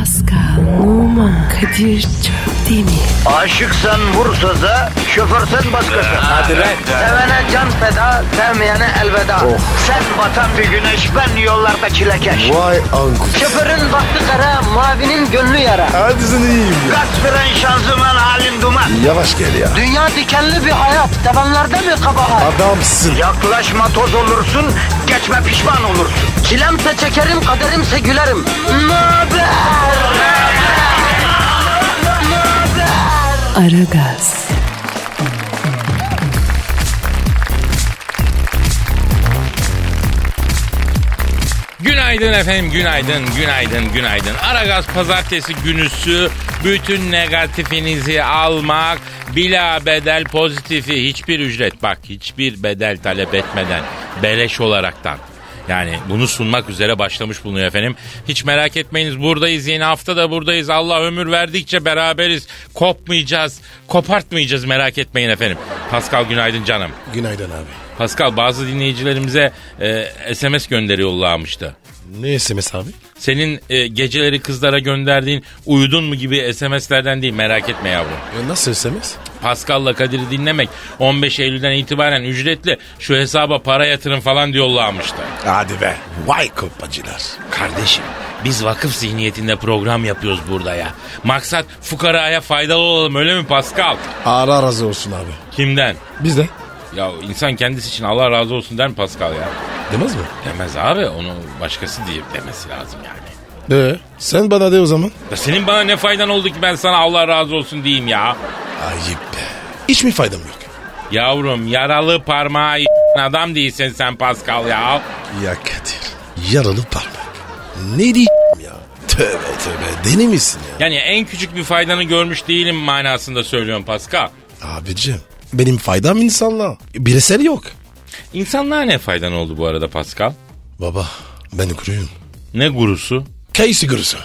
Pascal, Oman, Kadir çok değil mi? Aşıksan vursa da, şoförsen başkasın. Hadi lan. Sevene can feda, sevmeyene elveda. Sen batan bir güneş, ben yollarda çilekeş. Vay anku. Şoförün baktı kara, mavinin gönlü yara. Hadi sen iyiyim ya. Kasperen şanzıman halin duman. Yavaş gel ya. Dünya dikenli bir hayat, sevenlerde mi kabahar? Adamsın. Yaklaşma toz olursun, geçme pişman olursun. Çilemse çekerim, kaderimse gülerim. Möber! Aragaz. Günaydın efendim, günaydın. Aragaz pazartesi günüsü bütün negatifinizi almak, bila bedel pozitifi hiçbir ücret, bak hiçbir bedel talep etmeden, beleş olaraktan. Yani bunu sunmak üzere başlamış bulunuyor efendim. Hiç merak etmeyiniz, buradayız, yeni hafta da buradayız. Allah ömür verdikçe beraberiz. Kopmayacağız, kopartmayacağız, merak etmeyin efendim. Pascal günaydın canım. Günaydın abi. Pascal, bazı dinleyicilerimize SMS gönderiyorlarmıştı. Ne SMS abi? Senin geceleri kızlara gönderdiğin uyudun mu gibi SMS'lerden değil, merak etme yavrum. Nasıl SMS? Pascal'la Kadir'i dinlemek 15 Eylül'den itibaren ücretli, şu hesaba para yatırın falan diyorlarmıştı. Hadi be. Vay kopacılar. Kardeşim, biz vakıf zihniyetinde program yapıyoruz burada ya. Maksat fukaraya faydalı olalım, öyle mi Pascal? Allah razı olsun abi. Kimden? Bizde. Ya insan kendisi için Allah razı olsun der mi Pascal ya? Demez mi? Demez abi, onu başkası diye demesi lazım yani. Sen bana de o zaman. Ya senin bana ne faydan oldu ki ben sana Allah razı olsun diyeyim ya? Ayıp be. Hiç mi faydam yok? Yavrum, yaralı parmağı adam değilsin sen Pascal ya. Ya Kadir, yaralı parmak. Ne diyeyim ya? Tövbe deli misin ya? Yani en küçük bir faydanı görmüş değilim manasında söylüyorum Pascal. Abicim, benim faydam insanla. Bireysel yok. İnsanlığa ne faydan oldu bu arada Pascal? Baba, ben kuruyum. Ne gurusu? Kayısı gurusu.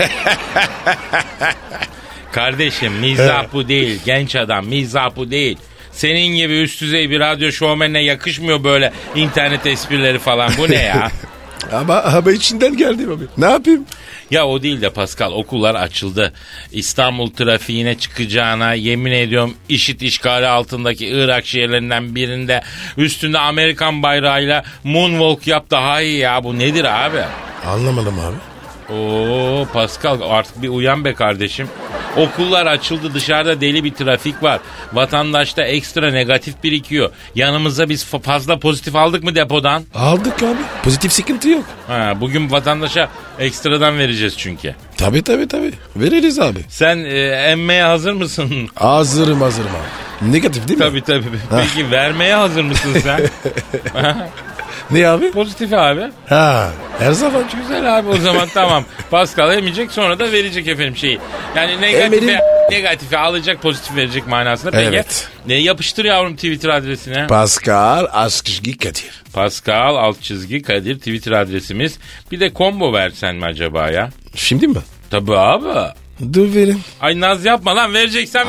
Kardeşim, mizah bu değil genç adam, mizah bu değil. Senin gibi üst düzey bir radyo şovmenine yakışmıyor böyle internet esprileri falan, bu ne ya? Ama içinden geldi abi. Ne yapayım? Ya o değil de Pascal, okullar açıldı. İstanbul trafiğine çıkacağına yemin ediyorum, IŞİD işgali altındaki Irak şehirlerinden birinde üstünde Amerikan bayrağıyla moonwalk yap daha iyi ya. Bu nedir abi? Anlamadım abi. Oo Pascal, artık bir uyan be kardeşim. Okullar açıldı, dışarıda deli bir trafik var. Vatandaşta ekstra negatif birikiyor. Yanımıza biz fazla pozitif aldık mı depodan? Aldık abi. Pozitif sıkıntı yok. Bugün vatandaşa ekstradan vereceğiz çünkü. Tabii. Veririz abi. Sen emmeye hazır mısın? Hazırım abi. Negatif değil mi? Tabii. Peki vermeye hazır mısın sen? Ne abi? Pozitif abi. Her zaman. Güzel abi, o zaman tamam. Pascal emecek, sonra da verecek efendim şeyi. Yani negatifi alacak, pozitif verecek manasında. Peki. Evet. Yapıştır yavrum Twitter adresine. Pascal _ Kadir. Pascal _ Kadir Twitter adresimiz. Bir de combo versen mi acaba ya? Şimdi mi? Tabii abi. Dur verin. Ay naz yapma lan, vereceksen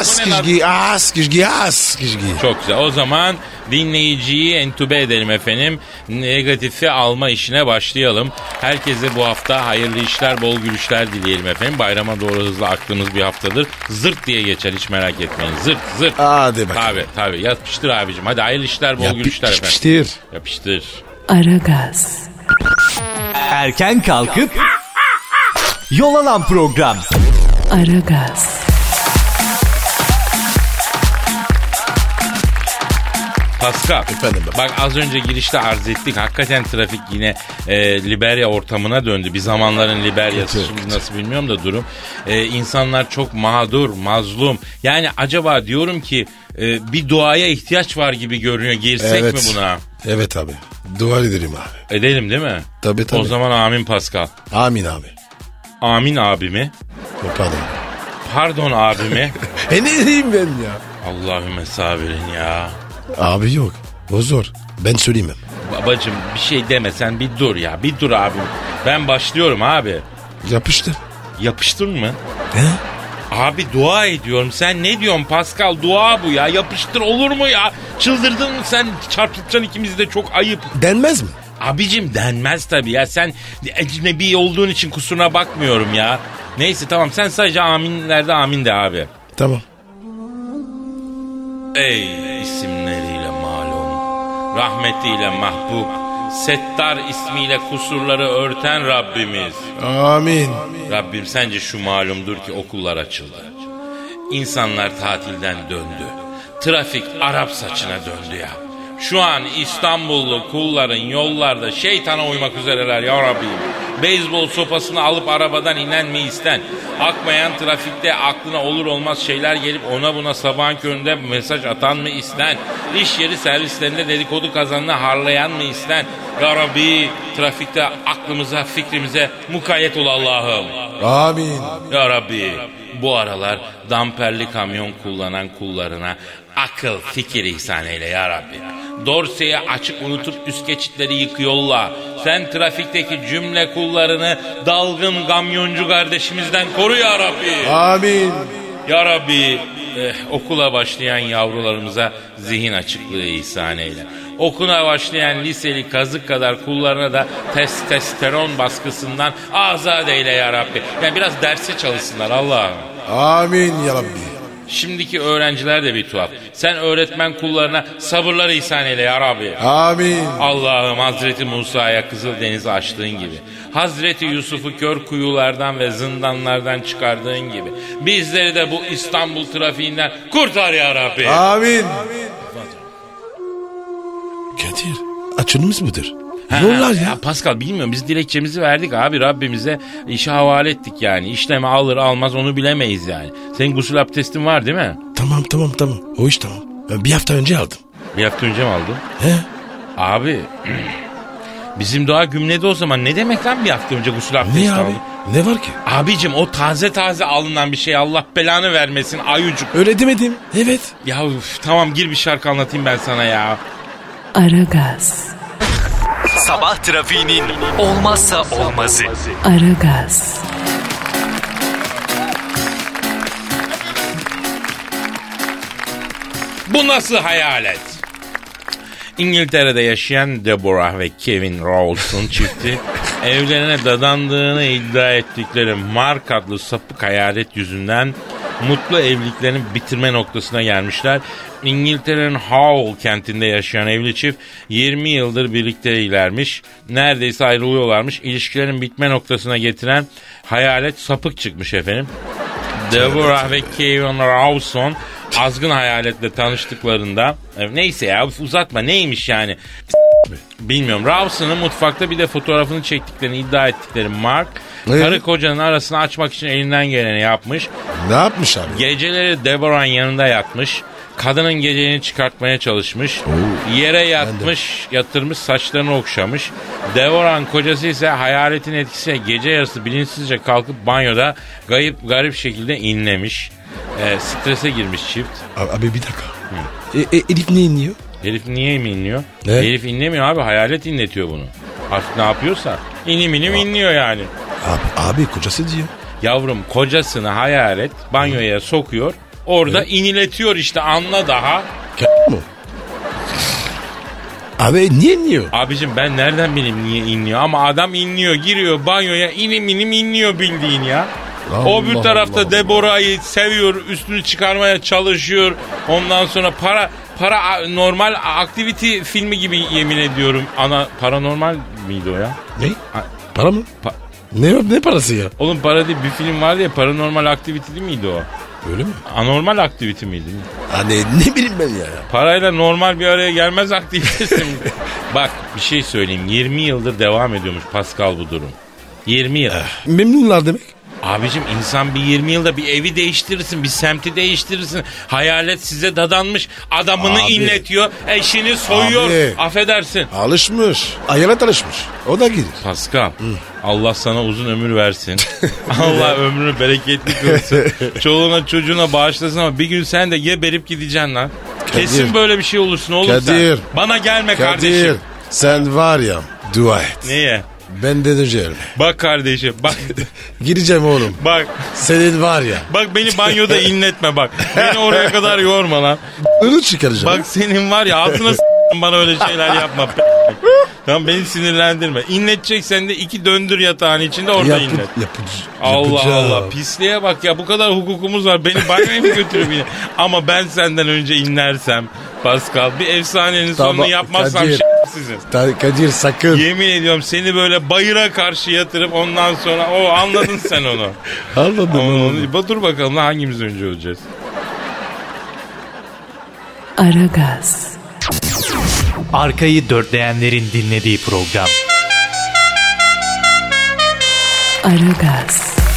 Askışgi. Çok güzel. O zaman dinleyiciyi entübe edelim efendim. Negatifi alma işine başlayalım. Herkese bu hafta hayırlı işler, bol gülüşler dileyelim efendim. Bayrama doğru hızlı aktığımız bir haftadır. Zırt diye geçer, hiç merak etmeyin. Zırt. Hadi bakalım. Tabii. Yapıştır abicim. Hadi hayırlı işler, bol gülüşler efendim. Yapıştır. Aragaz. Erken kalkıp yol alan program. Aragaz. Pascal, Efendim baba. bak az önce girişte arz ettik. Hakikaten trafik yine Liberya ortamına döndü. Bir zamanların Liberya'sı, şimdi nasıl bilmiyorum da durum. İnsanlar çok mağdur, mazlum. Yani acaba diyorum ki bir duaya ihtiyaç var gibi görünüyor. Girsek mi buna? Evet abi. Dua ederim abi. Edelim değil mi? Tabii. O zaman amin Pascal. Amin abi. Amin abimi. Pardon. Pardon abimi. Ne diyeyim ben ya? Allahümme sabirin ya. Abi yok. O zor. Ben söyleyeyim. Babacım bir şey deme, sen bir dur ya. Bir dur abim. Ben başlıyorum abi. Yapıştır. Yapıştın mı? He? Abi dua ediyorum. Sen ne diyorsun Pascal? Dua bu ya. Yapıştır olur mu ya? Çıldırdın mı sen? Çarpıtacaksın ikimizi de, çok ayıp. Denmez mi? Abicim denmez tabii ya. Sen ecnebi olduğun için kusuruna bakmıyorum ya. Neyse tamam, sen sadece aminlerde amin de abi. Tamam. Ey isimleriyle malum, rahmetiyle mahbub, Settar ismiyle kusurları örten Rabbimiz. Amin. Rabbim sence şu malumdur ki okullar açıldı. İnsanlar tatilden döndü. Trafik Arap saçına döndü ya. Şu an İstanbullu kulların yollarda şeytana uymak üzereler ya Rabbi. Beyzbol sopasını alıp arabadan inen mi isten? Akmayan trafikte aklına olur olmaz şeyler gelip ona buna sabahın köründe mesaj atan mı isten? İş yeri servislerinde dedikodu kazanını harlayan mı isten? Ya Rabbi trafikte aklımıza fikrimize mukayyet ol Allah'ım. Amin. Ya Rabbi bu aralar damperli kamyon kullanan kullarına akıl fikir ihsan eyle ya Rabbi. Dorseyi açık unutup üst geçitleri yıkıyorlar. Sen trafikteki cümle kullarını dalgın kamyoncu kardeşimizden koru ya Rabbi. Amin. Ya Rabbi okula başlayan yavrularımıza zihin açıklığı ihsan eyle. Okula başlayan liseli kazık kadar kullarına da testosteron baskısından azat eyle ya Rabbi. Yani biraz derse çalışsınlar Allah'ım. Amin ya Rabbi. Şimdiki öğrenciler de bir tuhaf. Sen öğretmen kullarına sabırlar ihsan eyle ya Rabbi. Amin. Allah'ım Hazreti Musa'ya Kızıldeniz'i açtığın gibi, Hazreti Yusuf'u kör kuyulardan ve zindanlardan çıkardığın gibi bizleri de bu İstanbul trafiğinden kurtar ya Rabbi. Amin. Kadir, açılımız mıdır? Yollar ya. Pascal bilmiyorum, biz dilekçemizi verdik abi Rabbimize, işe havale ettik yani. İşlemi alır almaz onu bilemeyiz yani. Senin gusül abdestin var değil mi? Tamam. O iş tamam. Ben bir hafta önce aldım. Bir hafta önce mi aldın? He? Abi bizim doğa gümledi o zaman. Ne demek lan bir hafta önce gusül abdesti Ne abi? aldın? Ne var ki? Abicim o taze alınan bir şey, Allah belanı vermesin ayucuk. Öyle demedim. Evet. Ya tamam gir bir şarkı anlatayım ben sana ya. Aragaz. Sabah trafiğinin olmazsa olmazı. Aragaz. Bu nasıl hayalet? İngiltere'de yaşayan Deborah ve Kevin Rawson çifti evlerine dadandığını iddia ettikleri Mark adlı sapık hayalet yüzünden mutlu evliliklerini bitirme noktasına gelmişler. İngiltere'nin Hull kentinde yaşayan evli çift 20 yıldır birlikteylermiş. Neredeyse ayrılıyorlarmış. İlişkilerin bitme noktasına getiren hayalet sapık çıkmış efendim. Deborah ve Kevin Rawson azgın hayaletle tanıştıklarında, neyse ya uzatma, neymiş yani bilmiyorum. Rawson'ın mutfakta bir de fotoğrafını çektiklerini iddia ettikleri Mark karı kocanın arasını açmak için elinden geleni yapmış. Ne yapmış abi? Geceleri Deborah'ın yanında yatmış. Kadının geceliğini çıkartmaya çalışmış. Yere yatırmış, saçlarını okşamış. Deborah'ın kocası ise hayaletin etkisiyle gece yarısı bilinçsizce kalkıp banyoda garip şekilde inlemiş. Strese girmiş çift. Abi bir dakika. Elif ne iniyor? Herif niye mi inliyor? Ne? Herif inlemiyor abi, hayalet inletiyor bunu. Artık ne yapıyorsa inim inliyor yani. Abi kocası diyor. Yavrum kocasını hayalet banyoya sokuyor. Orada iniletiyor işte, anla daha. Mu? Abi niye iniyor? Abicim ben nereden bileyim niye inliyor, ama adam inliyor, giriyor banyoya, inim inliyor bildiğin ya. O bir tarafta Deborah'yı seviyor, üstünü çıkarmaya çalışıyor. Ondan sonra para normal activity filmi gibi, yemin ediyorum. Paranormal miydi o ya? Ne? Para mı? Ne parası ya? Oğlum para değil, bir film vardı ya, Paranormal Activity değil miydi o? Öyle mi? Anormal Activity miydi? Hani ne bileyim ben ya. Parayla normal bir araya gelmez aktivitesi mi? Bak bir şey söyleyeyim, 20 yıldır devam ediyormuş Pascal bu durum. 20 yıl. Memnunlar demek. Abicim insan bir 20 yılda bir evi değiştirirsin, bir semti değiştirirsin. Hayalet size dadanmış, adamını inletiyor, eşini soyuyor. Abi. Affedersin. Alışmış. Hayalet alışmış. O da gelir. Pascal, Allah sana uzun ömür versin. Allah ömrünü bereketli kılsın. Çoluğuna çocuğuna bağışlasın, ama bir gün sen de geberip gideceksin lan. Kesin böyle bir şey olursun oğlum Kadir. sen. Bana gelme Kadir, kardeşim. sen var ya, dua et. Niye? Ben de döneceğim. Bak kardeşim bak. Gireceğim oğlum. Bak. Senin var ya. Bak beni banyoda inletme bak. Beni oraya kadar yorma lan. Onu çıkaracağım. Bak senin var ya, altına bana öyle şeyler yapma. Tamam beni sinirlendirme. İnleteceksen de 2 döndür yatağın içinde orada inlet. Allah Allah pisliğe bak ya, bu kadar hukukumuz var. Beni banyoya mı götürüp yine? Ama ben senden önce inlersem Pascal bir efsanenin sonunu yapmazsam sizin. Kadir sakın. Yemin ediyorum seni böyle bayıra karşı yatırıp ondan sonra anladın sen onu. Anladım. Dur bakalım hangimiz önce öleceğiz? Aragaz. Arkayı dörtleyenlerin dinlediği program. Aragaz.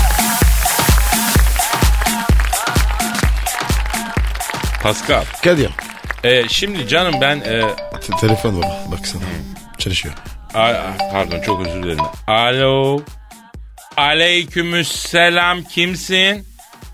Pascal. Kadir. Şimdi canım ben... Telefon var baksana. Çalışıyor. Pardon çok özür dilerim. Alo. Aleykümselam, kimsin?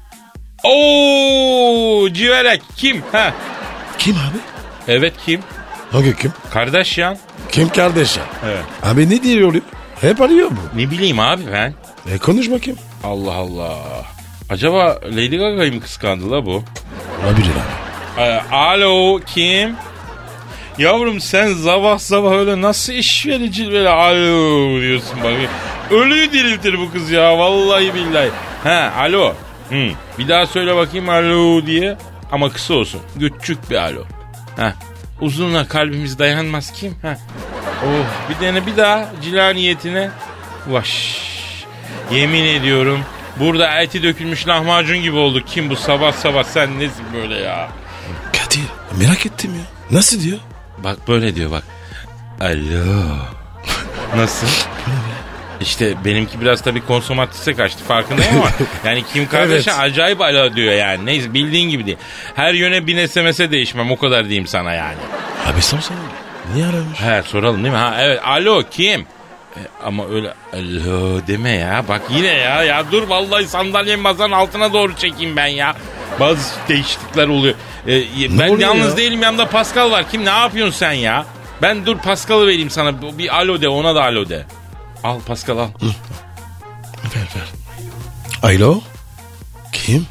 Oo, civelek kim? Ha. Kim abi? Evet kim? Hangi kim? Kardeş ya. Kim kardeş ya? Evet. Abi ne diyor? Hep arıyor bu. Ne bileyim abi ben. Konuş bakayım. Allah Allah. Acaba Lady Gaga'yı mı kıskandı la bu? Olabilir abi. Alo kim? Yavrum sen sabah öyle nasıl işverici böyle alo diyorsun bakayım. Ölüyü diriltir bu kız ya vallahi billahi. Alo. Bir daha söyle bakayım alo diye. Ama kısa olsun. Küçük bir alo. Uzunla kalbimiz dayanmaz kim? Bir daha cila niyetine. Vaş. Yemin ediyorum burada eti dökülmüş lahmacun gibi olduk. Kim bu sabah sen nesin böyle ya? Kadir merak ettim ya. Nasıl diyor? Bak böyle diyor bak. Alo. Nasıl? İşte benimki biraz tabii konsomatrise kaçtı farkındayım ama yani Kim Kardashian acayip alo diyor yani. Neyse bildiğin gibi değil. Her yöne bin SMS'e değişmem o kadar diyeyim sana yani. Abi sorsana. Niye aramış? Soralım değil mi? Evet alo kim? Ama öyle alo deme ya. Bak yine ya dur vallahi sandalyemi masanın altına doğru çekeyim ben ya. Bazı değişiklikler oluyor. Ben yalnız ya değilim, yanımda Pascal var. Kim ne yapıyorsun sen ya? Ben dur Pascal'ı vereyim sana. Bir alo de, ona da alo de. Al Pascal al. Ver. Alo? Kim?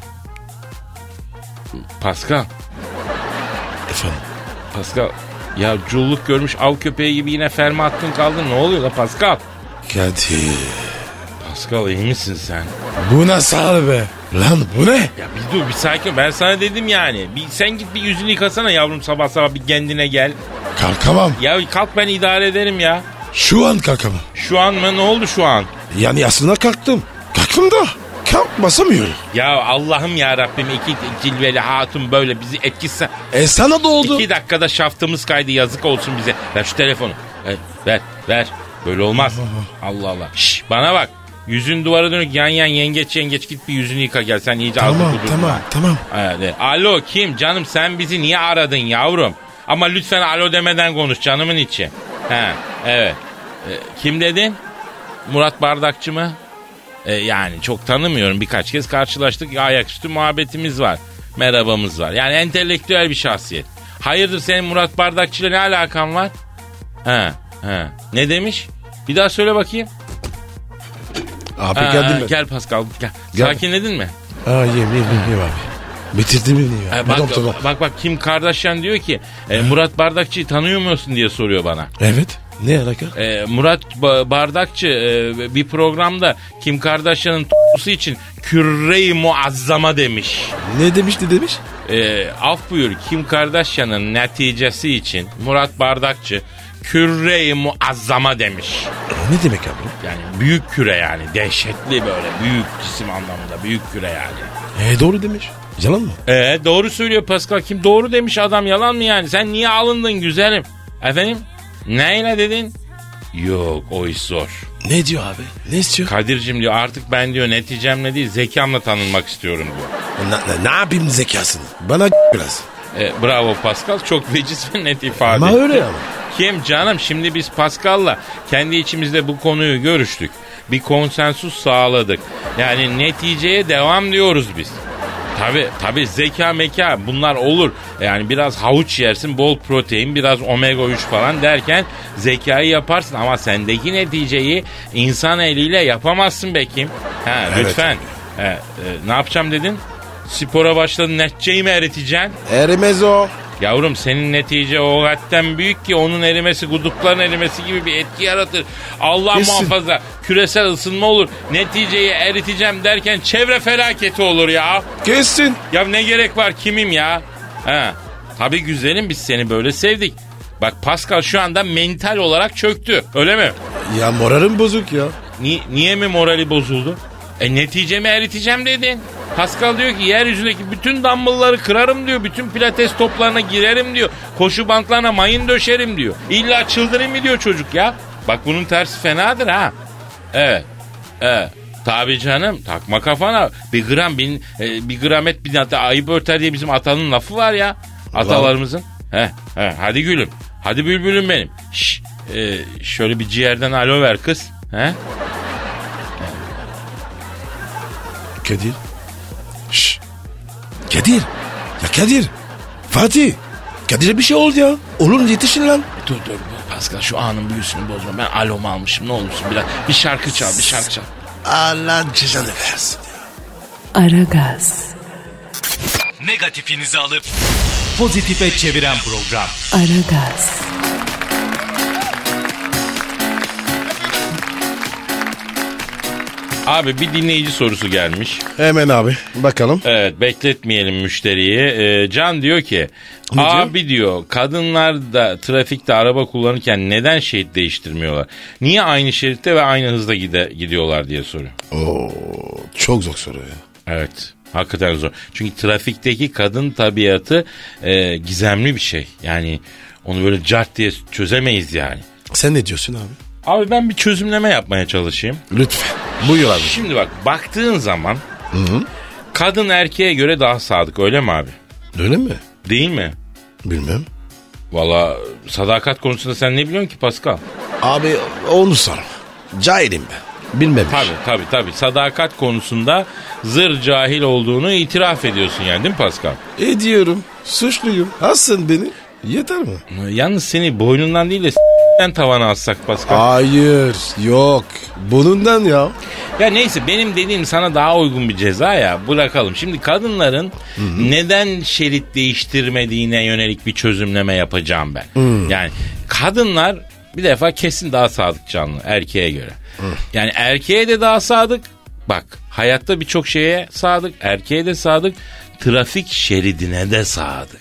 Pascal. Efendim? Pascal. Ya culluk görmüş av köpeği gibi yine ferma attın kaldın. Ne oluyor la Pascal? Kadir. Pascal iyi misin sen? Bu nasıl hal be? Lan bu ne? Ya bir dur bir sakin. Ben sana dedim yani. Sen git bir yüzünü yıkasana yavrum, sabah bir kendine gel. Kalkamam. Ya kalk, ben idare ederim ya. Şu an kalkamam. Şu an mı? Ne oldu şu an? Yani aslında kalktım. Kalktım da kalkmasamıyorum. Ya Allah'ım ya Rabbim, iki cilveli hatun böyle bizi etkisi. Sana da oldu. 2 dakikada şaftımız kaydı, yazık olsun bize. Ver şu telefonu. Ver. Böyle olmaz. Allah Allah. Şş, bana bak. Yüzün duvara dönük yan yengeç git bir yüzünü yıka gel. Sen iyice Tamam. Evet. Alo kim? Canım sen bizi niye aradın yavrum? Ama lütfen alo demeden konuş canımın içi. Evet. Kim dedin? Murat Bardakçı mı? Yani çok tanımıyorum. Birkaç kez karşılaştık. Ayaküstü muhabbetimiz var. Merhabamız var. Yani entelektüel bir şahsiyet. Hayırdır senin Murat Bardakçı ile ne alakan var? Ne demiş? Bir daha söyle bakayım. Abi geldim ben. Gel Pascal gel. Sakinledin mi? Yiyeyim abi. Bitirdi beni ya. Bak Kim Kardashian diyor ki Murat Bardakçı'yı tanıyor musun diye soruyor bana. Evet. Ne alaka? Murat Bardakçı bir programda Kim Kardashian'ın t***su için Kürre-i Muazzama demiş. Ne demiş? Af buyur, Kim Kardashian'ın neticesi için Murat Bardakçı Kürre-i Muazzama demiş. Ne demek abi? Yani büyük küre yani. Dehşetli böyle büyük cisim anlamında büyük küre yani. Doğru demiş. Yalan mı? Doğru söylüyor Pascal. Kim doğru demiş adam, yalan mı yani? Sen niye alındın güzelim? Efendim? Neyle dedin? Yok o iş zor. Ne diyor abi? Ne istiyor? Kadir'cim diyor artık ben diyor neticemle değil zekamla tanınmak istiyorum diyor. Ne yapayım zekasını? Bana biraz. Bravo Pascal, çok veciz ve net ifade. Ama öyle ama. Kim canım, şimdi biz Pascal'la kendi içimizde bu konuyu görüştük. Bir konsensus sağladık. Yani neticeye devam diyoruz biz. Tabii zeka meka bunlar olur. Yani biraz havuç yersin, bol protein, biraz omega 3 falan derken zekayı yaparsın. Ama sendeki neticeyi insan eliyle yapamazsın be Kim. Lütfen. Ne yapacağım dedin? Spora başladın, netçeyi mi eriteceksin? Erimez o. Yavrum senin netice o hadden büyük ki onun erimesi kutupların erimesi gibi bir etki yaratır. Allah Kesin. muhafaza küresel ısınma olur. Neticeyi eriteceğim derken çevre felaketi olur ya. Kesin. Ya ne gerek var kimim ya? Ha. Tabii güzelim biz seni böyle sevdik. Bak Pascal şu anda mental olarak çöktü öyle mi? Ya moralim bozuk ya. Niye mi morali bozuldu? Neticemi eriteceğim dedin. Pascal diyor ki yeryüzündeki bütün dumbbellları kırarım diyor. Bütün pilates toplarına girerim diyor. Koşu bantlarına mayın döşerim diyor. İlla çıldırayım mı diyor çocuk ya. Bak bunun tersi fenadır ha. Evet. Evet. Tabii canım takma kafana. Bir gram et bir hatta ayıp örter diye bizim atanın lafı var ya. Atalarımızın. Hadi gülüm. Hadi bülbülüm benim. Şöyle bir ciğerden alo ver kız. He? Kadir. Şşş. Kadir. Ya Kadir. Fatih. Kadir'e bir şey oldu ya. Oğlum yetişin lan. Dur Pascal şu anın büyüsünü bozma. Ben alomu almışım ne olursun bir şarkı çal. Allah cezanı versin ya. Aragaz, Negatifinizi alıp pozitife çeviren program. Aragaz, Abi bir dinleyici sorusu gelmiş. Hemen abi bakalım. Evet bekletmeyelim müşteriyi. Can diyor ki Ne abi diyor kadınlar da trafikte araba kullanırken neden şerit değiştirmiyorlar? Niye aynı şeritte ve aynı hızda gidiyorlar diye soruyor. Oo, çok zor soru ya. Evet hakikaten zor. Çünkü trafikteki kadın tabiatı gizemli bir şey. Yani onu böyle cart diye çözemeyiz yani. Sen ne diyorsun abi? Abi ben bir çözümleme yapmaya çalışayım. Lütfen. Buyur abi. Şimdi bak baktığın zaman kadın erkeğe göre daha sadık öyle mi abi? Öyle mi? Değil mi? Bilmem. Valla sadakat konusunda sen ne biliyorsun ki Pascal? Abi onu sorma. Cahilim ben. Bilmem. Tabii. Sadakat konusunda zır cahil olduğunu itiraf ediyorsun yani değil mi Pascal? Ediyorum. Suçluyum. Assın beni. Yeter mi? Yalnız seni boynundan değil de tavana assak Pascal. Hayır. Yok. Bunundan ya. Ya neyse benim dediğim sana daha uygun bir ceza ya bırakalım. Şimdi kadınların neden şerit değiştirmediğine yönelik bir çözümleme yapacağım ben. Yani kadınlar bir defa kesin daha sadık canlı erkeğe göre. Yani erkeğe de daha sadık. Bak hayatta birçok şeye sadık. Erkeğe de sadık. Trafik şeridine de sadık.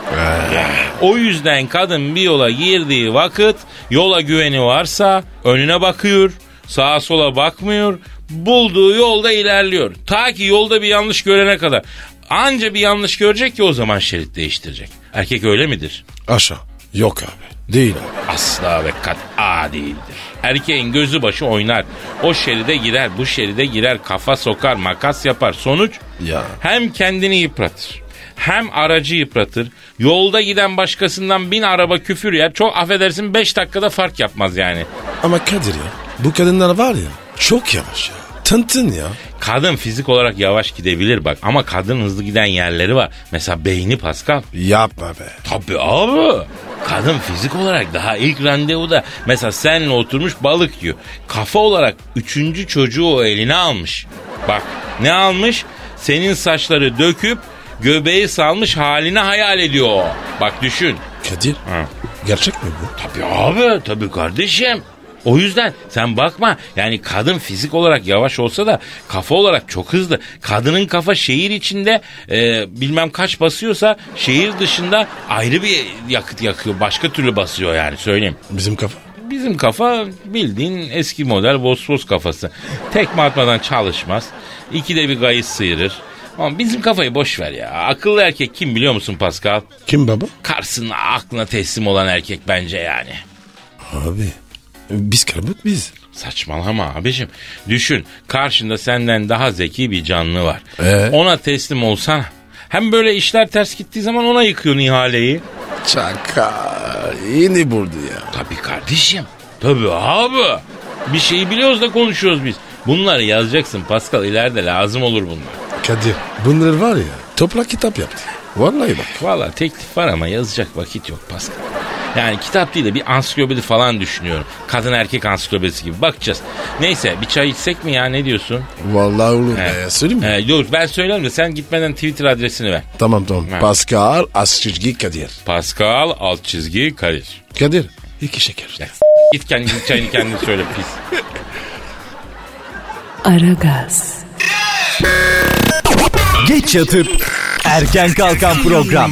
O yüzden kadın bir yola girdiği vakit yola güveni varsa önüne bakıyor. Sağa sola bakmıyor. Bulduğu yolda ilerliyor. Ta ki yolda bir yanlış görene kadar. Anca bir yanlış görecek ki o zaman şerit değiştirecek. Erkek öyle midir? Aşağı. Yok abi. Değil abi. Asla ve kat'a değildir. Erkeğin gözü başı oynar. O şeride girer, bu şeride girer, kafa sokar, makas yapar. Sonuç Ya. hem kendini yıpratır, hem aracı yıpratır. Yolda giden başkasından 1000 araba küfür yer. Çok affedersin 5 dakikada fark yapmaz yani. Ama Kadir ya. Bu kadınlar var ya. Çok yavaş ya. Tıntın ya. Kadın fizik olarak yavaş gidebilir bak ama kadın hızlı giden yerleri var. Mesela beyni Pascal. Yapma be. Tabii abi. Kadın fizik olarak daha ilk randevuda mesela seninle oturmuş balık yiyor. Kafa olarak 3. çocuğu o eline almış. Bak ne almış? Senin saçları döküp göbeği salmış halini hayal ediyor o. Bak düşün. Kadir. Ha. Gerçek mi bu? Tabii abi tabii kardeşim. O yüzden sen bakma yani kadın fizik olarak yavaş olsa da kafa olarak çok hızlı. Kadının kafa şehir içinde bilmem kaç basıyorsa şehir dışında ayrı bir yakıt yakıyor. Başka türlü basıyor yani söyleyeyim. Bizim kafa. Bizim kafa bildiğin eski model Vosvos kafası. Tekme atmadan çalışmaz. İkide bir gayış sıyırır. Ama bizim kafayı boş ver ya. Akıllı erkek kim biliyor musun Pascal? Kim baba? Karşısına aklına teslim olan erkek bence yani. Abi. Biz karbut biz. Saçmalama abicim. Düşün karşında senden daha zeki bir canlı var. Ona teslim olsana. Hem böyle işler ters gittiği zaman ona yıkıyorsun ihaleyi. Çakal. Yeni buldu ya. Tabii kardeşim. Tabii abi. Bir şeyi biliyoruz da konuşuyoruz biz. Bunları yazacaksın Pascal ileride lazım olur bunlar. Kadir bunlar var ya toprak kitap yaptı. Vallahi bak. Vallahi teklif var ama yazacak vakit yok Pascal. Yani kitap değil de bir ansiklopedi falan düşünüyorum. Kadın erkek ansiklopedisi gibi bakacağız. Neyse bir çay içsek mi ya, ne diyorsun? Vallahi olur be. Söyleyeyim mi? Dur ben söylerim de sen gitmeden Twitter adresini ver. Tamam. Ha. Pascal _ Kadir. Pascal _ Kadir. Kadir 2 şeker. Ya, git kendi çayını kendin söyle pis. Aragaz, Geç yatıp erken kalkan program.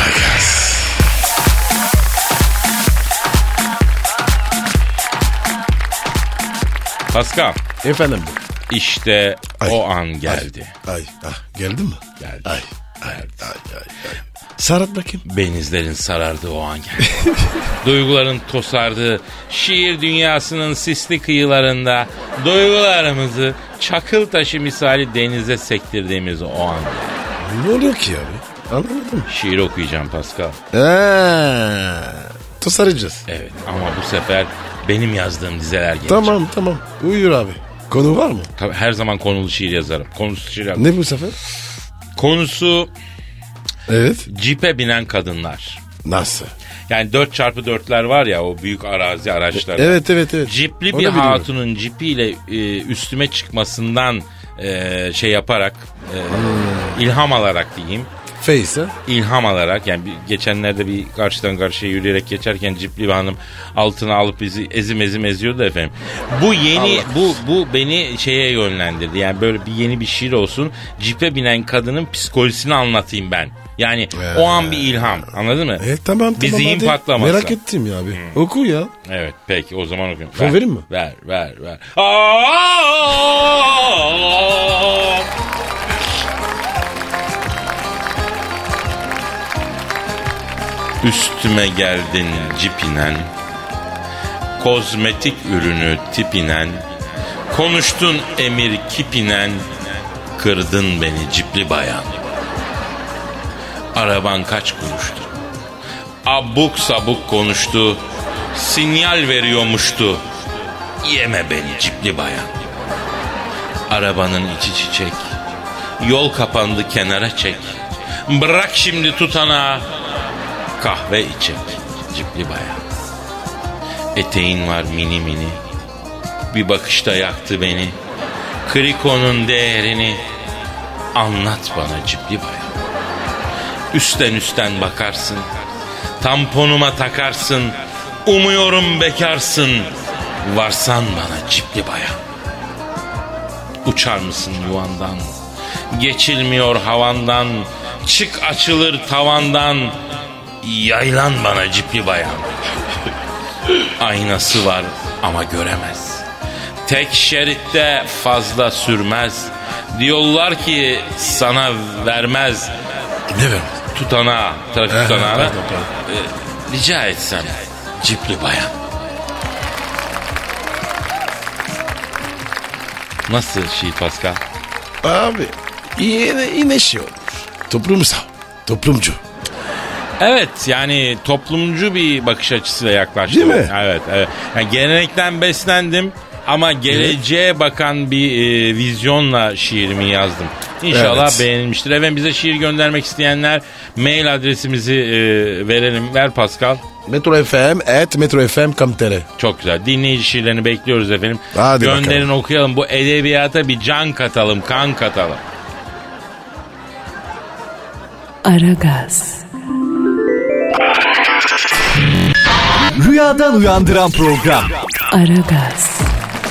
Pascal, Efendim. işte Ay, o an geldi. Ay. Geldi mi? Geldi. Ay. Sarat bakayım. Benizlerin sarardığı o an geldi. Duyguların tosardığı şiir dünyasının sisli kıyılarında duygularımızı çakıl taşı misali denize sektirdiğimiz o an geldi. Ne oluyor ki abi? Anlamadım. Şiir okuyacağım Pascal. Tosaracağız. Evet ama bu sefer benim yazdığım dizeler gelecek. Tamam. Uyur abi. Konu var mı? Tabii her zaman konulu şiir yazarım. Konusu şiir yazarım. Ne bu sefer? Konusu Evet. cipe binen kadınlar. Nasıl? Yani 4x4'ler var ya, o büyük arazi araçlar. Evet. Cipli Onu bir biliyorum. hatunun cipiyle üstüme çıkmasından şey yaparak ilham alarak diyeyim. Face ha? İlham alarak yani geçenlerde bir karşıdan karşıya yürüyerek geçerken cipli bir hanım altına alıp bizi ezim eziyordu efendim. Bu yeni bu beni şeye yönlendirdi. Yani böyle bir yeni bir şiir olsun. Cipe binen kadının psikolojisini anlatayım ben. Yani o an bir ilham, anladın mı? Tamam. Bir zihin hadi. patlaması. Merak ettim ya abi. Oku ya. Evet peki o zaman okuyayım. Fon vereyim mi? Ver. Üstüme geldin cipinen, kozmetik ürünü tipinen, konuştun emir kipinen, kırdın beni cipli bayan. Araban kaç kuruştu? Abuk sabuk konuştu, sinyal veriyormuştu. Yeme beni cipli bayan. Arabanın içi çiçek, yol kapandı kenara çek. Bırak şimdi tutanağı, kahve içek cipli bayan. Eteğin var mini, bir bakışta yaktı beni. Krikonun değerini anlat bana cipli bayan. Üstten bakarsın, tamponuma takarsın, umuyorum bekarsın, varsan bana cipli bayan. Uçar mısın yuvandan, geçilmiyor havandan, çık açılır tavandan, yaylan bana cipli bayan. Aynası var ama göremez, tek şeritte fazla sürmez, diyorlar ki sana vermez. Ne vermez? Tutanağı, trafik tutanağına pardon. rica etsem cipli bayan. Nasıl şiir Pascal? Abi yine şey olmuş. Toplumsal. Toplumcu. Evet yani toplumcu bir bakış açısıyla yaklaştım. Değil mi? Evet. Yani gelenekten beslendim ama geleceğe bakan bir vizyonla şiirimi yazdım. İnşallah Evet. beğenilmiştir. Efendim bize şiir göndermek isteyenler mail adresimizi verelim. Ver Pascal. metrofm@metrofm.com.tr. Çok güzel. Dinleyici şiirlerini bekliyoruz efendim. Hadi Gönderin bakalım. okuyalım. Bu edebiyata bir can katalım, kan katalım. Aragaz, Rüyadan uyandıran program. Aragaz,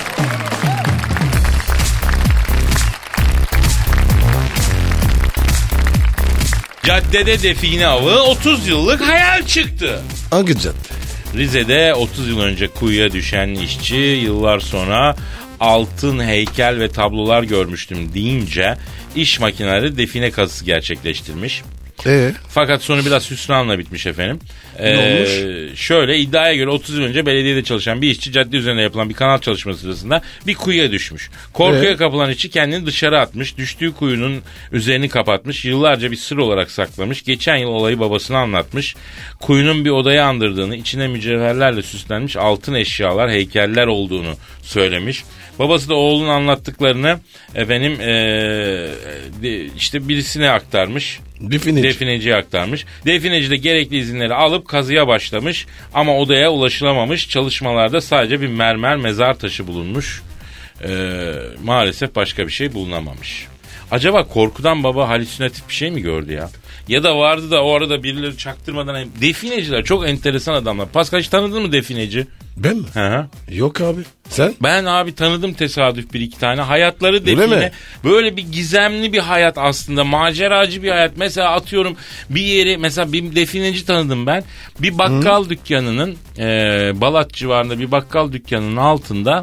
Caddede define avı 30 yıllık hayal çıktı. Hangi cadde? Rize'de 30 yıl önce kuyuya düşen işçi yıllar sonra altın heykel ve tablolar görmüştüm deyince iş makineleri define kazısı gerçekleştirmiş. Fakat sonu biraz hüsranla bitmiş efendim. Ne olmuş? Şöyle iddiaya göre 30 yıl önce belediyede çalışan bir işçi cadde üzerinde yapılan bir kanal çalışması sırasında bir kuyuya düşmüş. Korkuya kapılan işçi kendini dışarı atmış. Düştüğü kuyunun üzerini kapatmış. Yıllarca bir sır olarak saklamış. Geçen yıl olayı babasına anlatmış. Kuyunun bir odayı andırdığını, içine mücevherlerle süslenmiş altın eşyalar, heykeller olduğunu söylemiş. Babası da oğlunun anlattıklarını efendim işte birisine aktarmış. Defineciye aktarmış. Defineci de gerekli izinleri alıp kazıya başlamış ama odaya ulaşılamamış. Çalışmalarda sadece bir mermer mezar taşı bulunmuş. Maalesef başka bir şey bulunamamış. Acaba korkudan baba halüsinatif bir şey mi gördü ya? Ya da vardı da o arada birileri çaktırmadan... Defineciler çok enteresan adamlar. Pascal hiç tanıdın mı defineci? Ben mi? Hı. Yok abi. Sen? Ben abi tanıdım tesadüf bir iki tane. Hayatları define. Böyle bir gizemli bir hayat aslında. Maceracı bir hayat. Mesela atıyorum bir yeri, mesela bir defineci tanıdım ben. Bir bakkal dükkanının Balat civarında bir bakkal dükkanının altında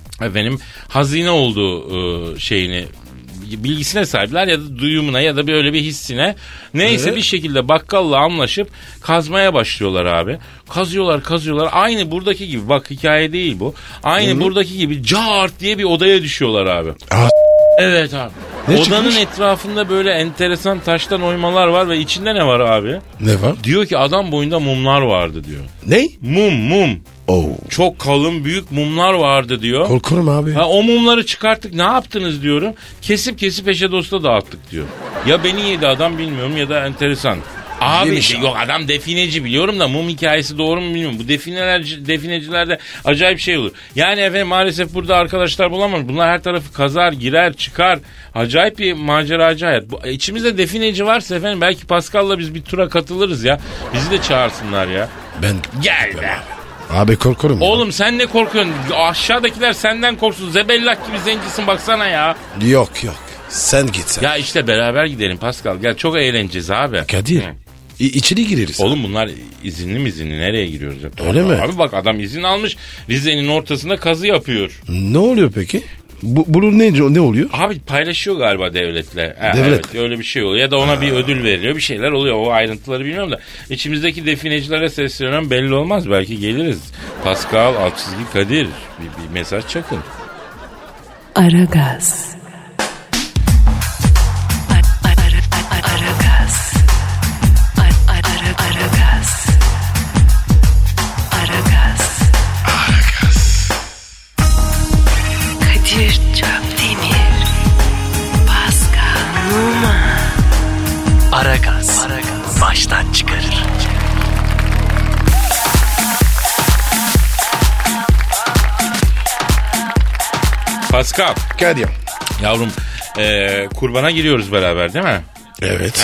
hazine olduğu şeyini, bilgisine sahipler ya da duyumuna ya da böyle bir hissine. Neyse bir şekilde bakkalla anlaşıp kazmaya başlıyorlar abi. Kazıyorlar. Aynı buradaki gibi, bak hikaye değil bu. Aynı buradaki gibi cart diye bir odaya düşüyorlar abi. Evet abi. Odanın çıkmış? Etrafında böyle enteresan taştan oymalar var ve içinde ne var abi? Ne var? Diyor ki adam boyunda mumlar vardı diyor. Ne? Mum. Oh. Çok kalın büyük mumlar vardı diyor. Korkurum abi. O mumları çıkarttık, ne yaptınız diyorum. Kesip eşe dosta dağıttık diyor. Ya beni yedi adam bilmiyorum ya da enteresan. Abi yok adam defineci biliyorum da mum hikayesi doğru mu bilmiyorum. Bu definecilerde acayip şey olur. Yani efendim maalesef burada arkadaşlar bulamam. Bunlar her tarafı kazar, girer, çıkar. Acayip bir maceracı hayat. İçimizde defineci varsa efendim belki Pascal'la biz bir tura katılırız ya. Bizi de çağırsınlar ya. Ben gel be. Abi korkurum. Oğlum ya. sen ne korkuyorsun? Aşağıdakiler senden korksun. Zebellak gibi zencisin baksana ya. Yok. Sen git sen. Ya işte beraber gidelim Pascal. Gel çok eğleneceğiz abi. Kadir. İçeri gireriz. Oğlum bunlar izinli nereye giriyoruz? Öyle mi? Abi bak adam izin almış. Rize'nin ortasında kazı yapıyor. Ne oluyor peki? Bunun ne oluyor? Abi paylaşıyor galiba devletle. Devlet. Evet, öyle bir şey oluyor. Ya da ona bir ödül veriliyor. Bir şeyler oluyor. O ayrıntıları bilmiyorum da. İçimizdeki definecilere sesleniyorum. Belli olmaz. Belki geliriz. Pascal _Kadir. Bir mesaj çakın. Aragaz. Kadir Çöpdemir, Pascal Numa. Aragaz. Baştan çıkarır. Pascal. Kadir. Yavrum kurbana giriyoruz beraber değil mi? Evet.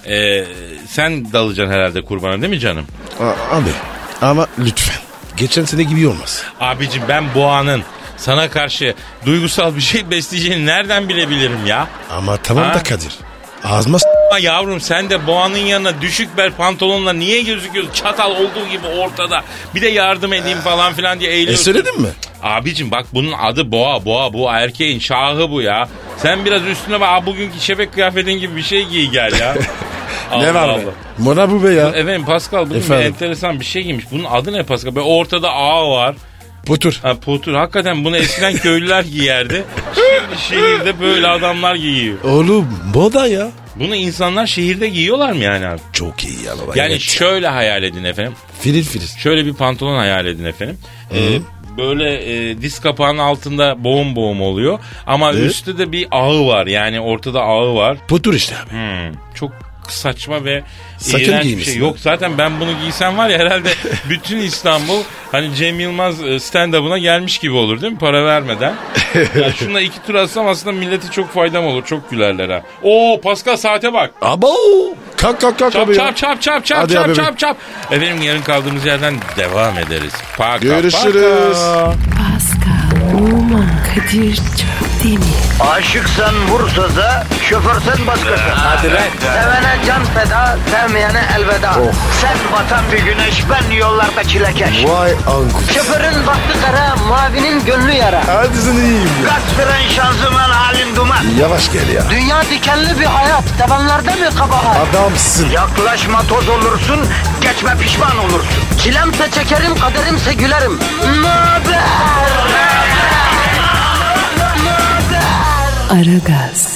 Sen dalacaksın herhalde kurbana değil mi canım? Abi ama lütfen. Geçen sene gibi olmaz. Abicim ben boğanın sana karşı duygusal bir şey besleyeceğini nereden bilebilirim ya? Ama tamam da Kadir. Ağzıma yavrum sen de boğanın yanına düşük bel pantolonla niye gözüküyorsun? Çatal olduğu gibi ortada. Bir de yardım edeyim falan filan diye eğiliyorsun. Söyledin mi? Abicim bak bunun adı boğa. Bu erkeğin şahı bu ya. Sen biraz üstüne bak bugünkü şebek kıyafetin gibi bir şey giy gel ya. Ne var be? Moda bu be ya. Efendim Pascal bugün bir enteresan bir şey giymiş. Bunun adı ne Pascal? Böyle ortada ağa var. Potur. Potur. Hakikaten bunu eskiden köylüler giyerdi. Şimdi şehirde böyle adamlar giyiyor. Oğlum moda ya. Bunu insanlar şehirde giyiyorlar mı yani abi? Çok iyi ya baba. Yani evet. Şöyle hayal edin efendim. Filiz. Şöyle bir pantolon hayal edin efendim. Böyle diz kapağının altında boğum oluyor. Ama üstte de bir ağı var. Yani ortada ağı var. Potur işte abi. Çok saçma ve sakın iğrenç bir giymişsin. şey. Yok zaten ben bunu giysem var ya herhalde bütün İstanbul hani Cem Yılmaz stand-up'ına gelmiş gibi olur değil mi? Para vermeden. Yani şununla 2 tur atsam aslında millete çok faydam olur. Çok gülerler ha. Oo Pascal saate bak. Abo. Kalk abi. Çap. Efendim yarın kaldığımız yerden devam ederiz. Görüşürüz. Pascal, Numa, Kadir Çöpdemir. Aşıksan vursa da, şoförsen başkasın. Hadi lan. Sevene can feda, sevmeyene elveda. Sen batan bir güneş, ben yollarda çilekeş. Vay anku. Şoförün baktı kara, mavinin gönlü yara. Hadi sen iyiyim ya. Kasperen şanzıman halin duman. Yavaş gel ya. Dünya dikenli bir hayat, sevenlerde mi kabahar? Adamsın. Yaklaşma toz olursun, geçme pişman olursun. Çilemse çekerim, kaderimse gülerim. Möber! Aragaz.